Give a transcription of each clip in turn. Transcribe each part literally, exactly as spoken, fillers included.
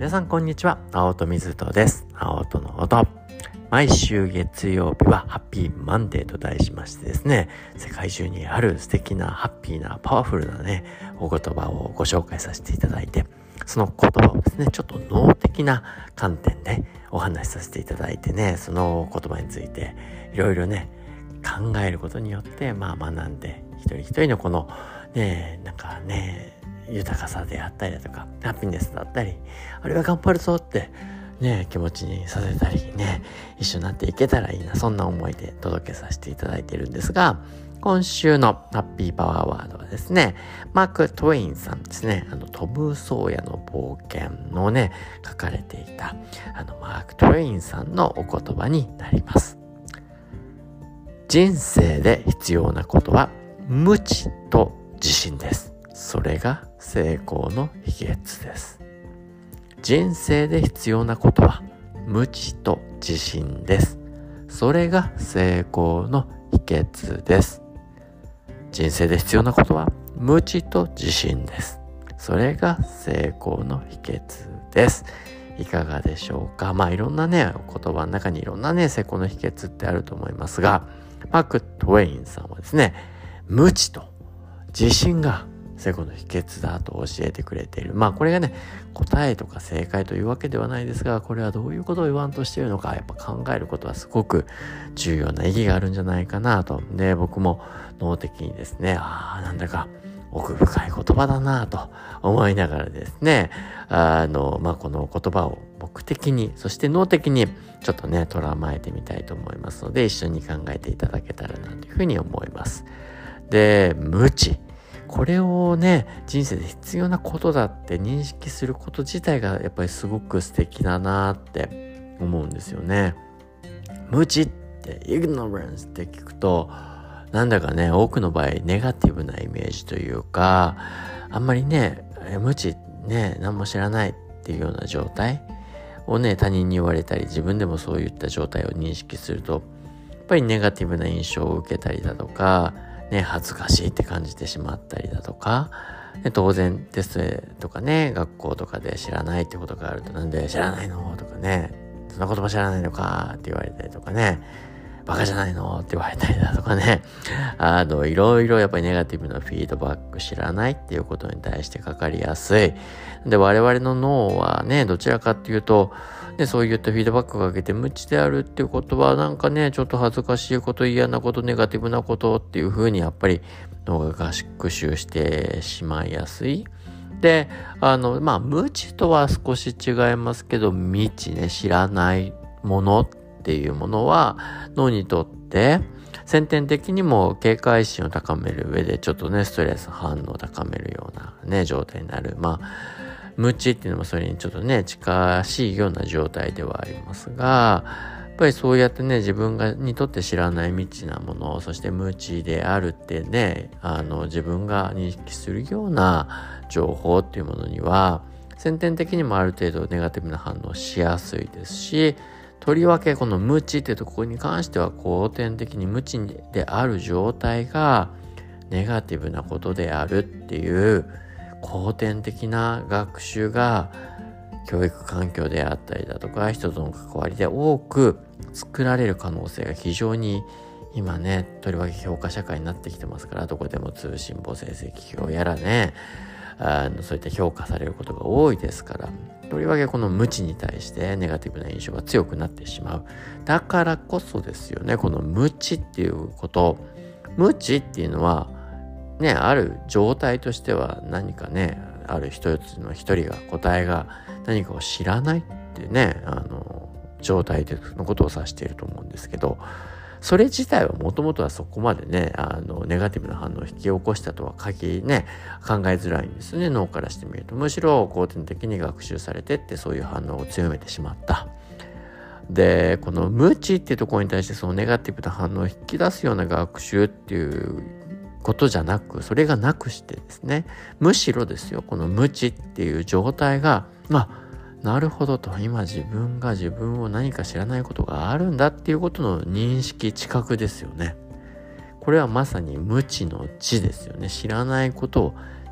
皆さんこんにちは。青戸水戸です。青戸の音。毎週月曜日はハッピーマンデーと題しましてですね、世界中にある素敵なハッピーなパワフルなねお言葉をご紹介させていただいて、その言葉をですねちょっと脳的な観点でお話しさせていただいてね、その言葉についていろいろね考えることによってまあ学んで、一人一人のこのねなんかね豊かさであったりだとかハピネスだったり、あるいは頑張るぞってね気持ちにさせたりね、一緒になっていけたらいいな、そんな思いで届けさせていただいているんですが、今週のハッピーパワーワードはですね、マーク・トウェインさんですね、あのトム・ソーヤの冒険のね書かれていたあのマーク・トウェインさんのお言葉になります。人生で必要なことは無知と自信です。それが成功の秘訣です。人生で必要なことは無知と自信です。それが成功の秘訣です。人生で必要なことは無知と自信です。それが成功の秘訣です。いかがでしょうか。まあいろんなね言葉の中にいろんなね成功の秘訣ってあると思いますが、マーク・トウェインさんはですね、無知と自信が成功の秘訣だと教えてくれている。まあこれがね答えとか正解というわけではないですが、これはどういうことを言わんとしているのかやっぱ考えることはすごく重要な意義があるんじゃないかなと。で僕も脳的にですね、ああなんだか奥深い言葉だなと思いながらですね、あのまあこの言葉を僕的にそして脳的にちょっとね捉まえてみたいと思いますので、一緒に考えていただけたらなというふうに思います。で無知、これをね人生で必要なことだって認識すること自体がやっぱりすごく素敵だなって思うんですよね。無知って ignorance って聞くとなんだかね多くの場合ネガティブなイメージというか、あんまりね無知ね何も知らないっていうような状態をね他人に言われたり自分でもそういった状態を認識するとやっぱりネガティブな印象を受けたりだとかね、恥ずかしいって感じてしまったりだとか、ね、当然テストとかね学校とかで知らないってことがあると、なんで知らないのとかね、そんな言葉知らないのかって言われたりとかね、バカじゃないのって言われたりだとかね、あのいろいろやっぱりネガティブなフィードバック、知らないっていうことに対してかかりやすい。で我々の脳はねどちらかっていうとでそういったフィードバックをかけて無知であるっていうことはなんかねちょっと恥ずかしいこと、嫌なこと、ネガティブなことっていう風にやっぱり脳が学習してしまいやすい。であのまあ無知とは少し違いますけど、未知ね知らないものっていうものは脳にとって先天的にも警戒心を高める上でちょっとねストレス反応を高めるようなね状態になる。まあ無知っていうのもそれにちょっとね近しいような状態ではありますが、やっぱりそうやってね自分がにとって知らない未知なもの、そして無知であるってねあの自分が認識するような情報っていうものには先天的にもある程度ネガティブな反応しやすいですし、とりわけこの無知っていうところに関しては後天的に無知である状態がネガティブなことであるっていう後天的な学習が教育環境であったりだとか人との関わりで多く作られる可能性が非常に今ねとりわけ評価社会になってきてますから、どこでも通信簿成績表やらねあのそういった評価されることが多いですから、とりわけこの無知に対してネガティブな印象が強くなってしまう。だからこそですよね、この無知っていうこと。無知っていうのはね、ある状態としては何かねある一つの一人が答えが何かを知らないってねあの状態のことを指していると思うんですけど、それ自体はもともとはそこまでねあのネガティブな反応を引き起こしたとは限りね考えづらいんですね、脳からしてみると。むしろ後天的に学習されてってそういう反応を強めてしまった。でこの無知っていうところに対してそのネガティブな反応を引き出すような学習っていうことじゃなく、それがなくしてですね、むしろですよこの無知っていう状態があなるほどと、今自分が自分を何か知らないことがあるんだっていうことの認識、知覚ですよね。これはまさに無知の知ですよね。知らないことを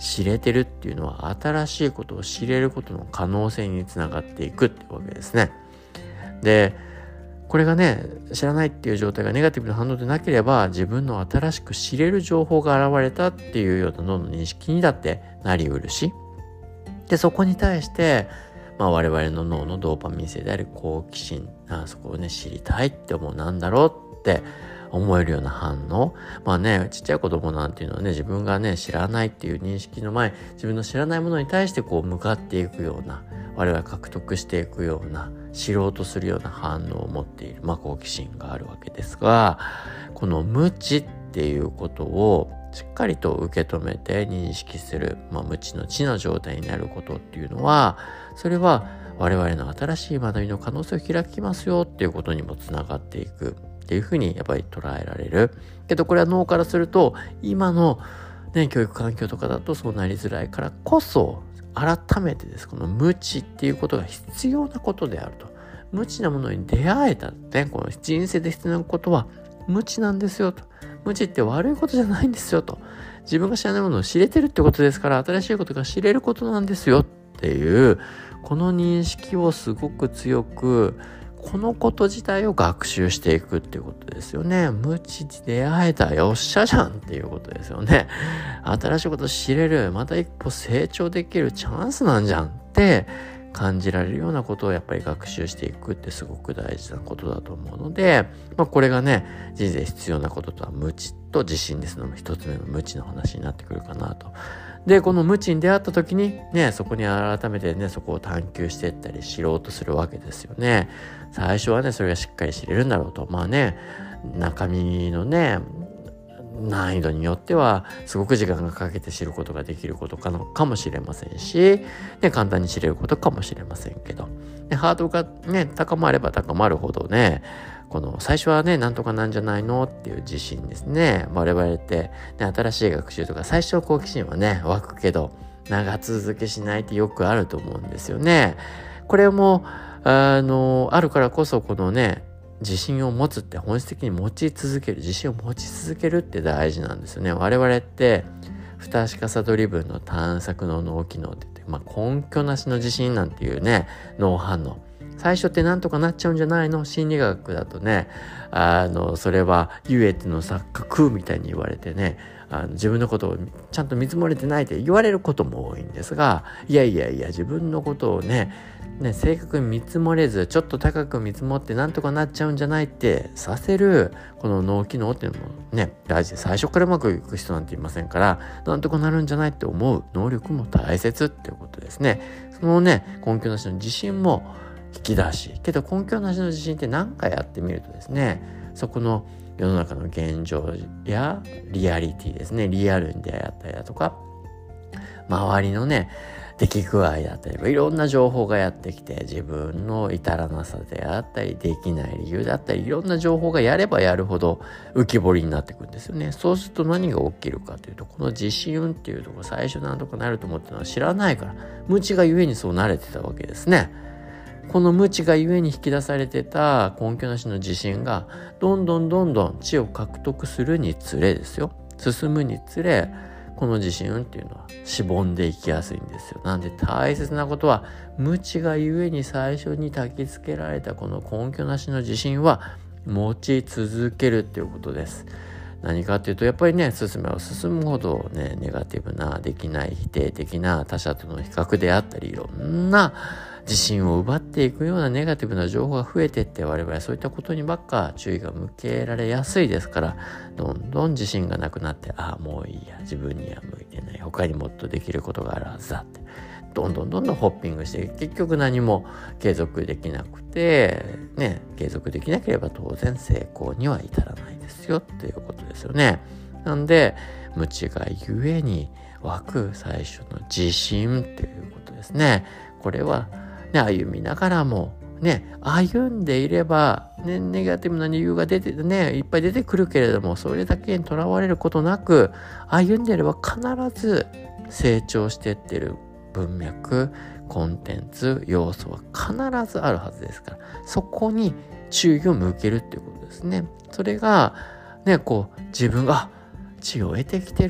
知れてるっていうのは新しいことを知れることの可能性につながっていくってわけですね。で、これがね、知らないっていう状態がネガティブな反応でなければ、自分の新しく知れる情報が現れたっていうような脳の認識にだってなりうるし、でそこに対して、まあ、我々の脳のドーパミン性である好奇心、あそこをね知りたいって思う、なんだろうって思えるような反応。まあね、ちっちゃい子供なんていうのはね、自分がね知らないっていう認識の前、自分の知らないものに対してこう向かっていくような、我々が獲得していくような、知ろうとするような反応を持っている、まあ、好奇心があるわけですが、この無知っていうことをしっかりと受け止めて認識する、まあ、無知の知の状態になることっていうのは、それは我々の新しい学びの可能性を開きますよっていうことにもつながっていくっていうふうにやっぱり捉えられるけど、これは脳からすると今の、ね、教育環境とかだとそうなりづらいからこそ、改めてです、この無知っていうことが必要なことであると。無知なものに出会えたって、この人生で必要なことは無知なんですよと。無知って悪いことじゃないんですよと。自分が知らないものを知れてるってことですから、新しいことが知れることなんですよっていう、この認識をすごく強く、このこと自体を学習していくっていうことですよね。無知に出会えた、よっしゃじゃんっていうことですよね。新しいことを知れる、また一歩成長できるチャンスなんじゃんって感じられるようなことをやっぱり学習していくってすごく大事なことだと思うので、まあ、これがね、人生必要なこととは無知と自信ですのも一つ目の無知の話になってくるかなと。で、この無知に出会った時にね、そこに改めてね、そこを探求していったり知ろうとするわけですよね。最初はね、それがしっかり知れるんだろうと。まあね、中身のね、難易度によってはすごく時間がかけて知ることができることかのかもしれませんし、ね、簡単に知れることかもしれませんけど、でハードルがね高まれば高まるほどね、この最初はねなんとかなんじゃないのっていう自信ですね。我々って、ね、新しい学習とか最初の好奇心はね湧くけど長続けしないってよくあると思うんですよね。これもあのあるからこそ、このね自信を持つって本質的に持ち続ける、自信を持ち続けるって大事なんですよね。我々って不確かさドリブンの探索の脳機能って言って、まあ、根拠なしの自信なんていうね脳反応、最初ってなんとかなっちゃうんじゃないの、心理学だとね、あのそれは優越の錯覚みたいに言われてね、あの自分のことをちゃんと見積もれてないって言われることも多いんですが、いやいやいや自分のことをねね、正確に見積もれずちょっと高く見積もってなんとかなっちゃうんじゃないってさせるこの脳機能っていうのもね大事で、最初からうまくいく人なんていませんから、なんとかなるんじゃないって思う能力も大切っていうことですね。そのね根拠なしの自信も引き出し、けど根拠なしの自信って何回やってみるとですね、そこの世の中の現状やリアリティですね、リアルに出会ったりだとか、周りのね出来具合だったりいろんな情報がやってきて、自分の至らなさであったりできない理由だったりいろんな情報がやればやるほど浮き彫りになってくるんですよね。そうすると何が起きるかというと、この自信っていうところ、最初なんとかなると思ってたのは知らないから、無知がゆえにそう慣れてたわけですね。この無知がゆえに引き出されてた根拠なしの自信がどんどんどんどん知を獲得するにつれですよ、進むにつれ、この自信っていうのはしぼんでいきやすいんですよ。なんで大切なことは、無知がゆえに最初に焚きつけられたこの根拠なしの自信は持ち続けるっていうことです。何かっていうと、やっぱりね進めば進むほどねネガティブな、できない、否定的な他者との比較であったり、いろんな自信を奪っていくようなネガティブな情報が増えていって、我々はそういったことにばっか注意が向けられやすいですから、どんどん自信がなくなって、ああもういいや、自分には向いてない、他にもっとできることがあるはずだってどんどんどんどんホッピングして、結局何も継続できなくてね、継続できなければ当然成功には至らないですよっていうことですよね。なんで無知がゆえに湧く最初の自信っていうことですね。これはね、歩みながらもね、歩んでいれば、ね、ネガティブな理由が出てね、いっぱい出てくるけれども、それだけにとらわれることなく、歩んでいれば必ず成長していってる文脈、コンテンツ、要素は必ずあるはずですから、そこに注意を向けるっていうことですね。それがね、こう自分が知を得てきてるなっ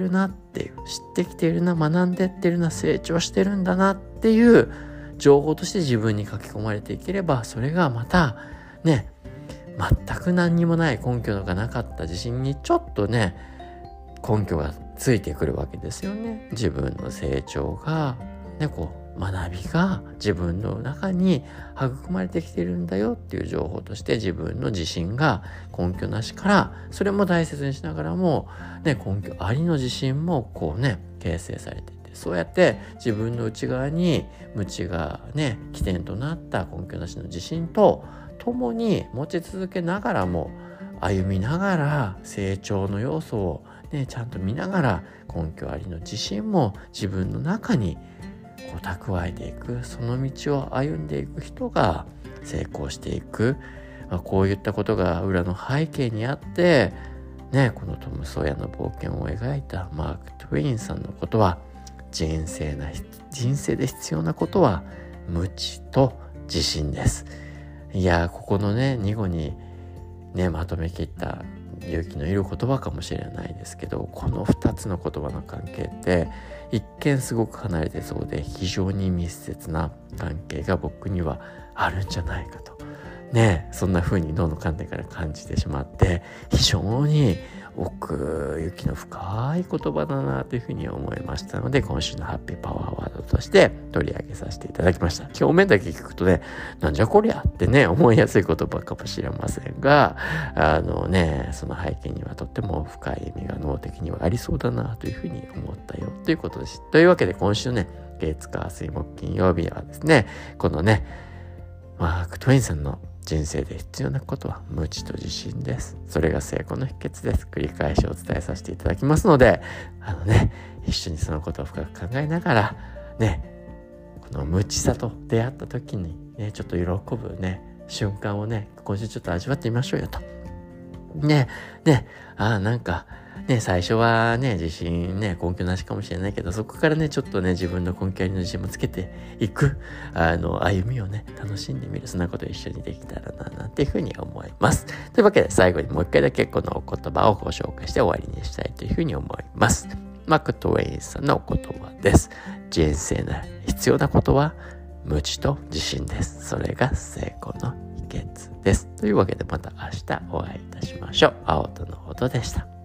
っていう、知ってきているな、学んでってるな、成長してるんだなっていう情報として自分に書き込まれていければ、それがまたね、全く何にもない根拠がなかった自信にちょっとね根拠がついてくるわけですよね。自分の成長がね、こう学びが自分の中に育まれてきているんだよっていう情報として、自分の自信が根拠なしからそれも大切にしながらも、ね、根拠ありの自信もこうね形成されていて、そうやって自分の内側に無知がね起点となった根拠なしの自信と共に持ち続けながらも、歩みながら成長の要素をねちゃんと見ながら根拠ありの自信も自分の中にこう蓄えていく、その道を歩んでいく人が成功していく、まあ、こういったことが裏の背景にあってね、このトム・ソーヤの冒険を描いたマーク・トウェインさんのことは、人生な人生で必要なことは無知と自信です。いやここのねに語にねまとめきった勇気のいる言葉かもしれないですけど、このふたつの言葉の関係って一見すごく離れてそうで非常に密接な関係が僕にはあるんじゃないかとね、そんな風に脳の観点から感じてしまって、非常に奥行きの深い言葉だなというふうに思いましたので、今週のハッピーパワーワードとして取り上げさせていただきました。表面だけ聞くとね、なんじゃこりゃってね思いやすい言葉かもしれませんが、あのねその背景にはとっても深い意味が脳的にはありそうだなというふうに思ったよということです。というわけで今週ね月火水木金曜日はですね、このねマーク・トウェインさんの人生で必要なことは無知と自信です。それが成功の秘訣です。繰り返しお伝えさせていただきますので、あのね一緒にそのことを深く考えながらね、この無知さと出会った時にねちょっと喜ぶね瞬間をね今週ちょっと味わってみましょうよと。ねねああなんかね最初はね自信ね根拠なしかもしれないけど、そこからねちょっとね自分の根拠ありの自信もつけていくあの歩みをね楽しんでみる、そんなことを一緒にできたらななんていうふうに思います。というわけで最後にもう一回だけこのお言葉をご紹介して終わりにしたいというふうに思います。マーク・トウェインさんのお言葉です。人生の必要なことは無知と自信です。それが成功の秘訣です。というわけでまた明日お会いいたしましょう。青との音でした。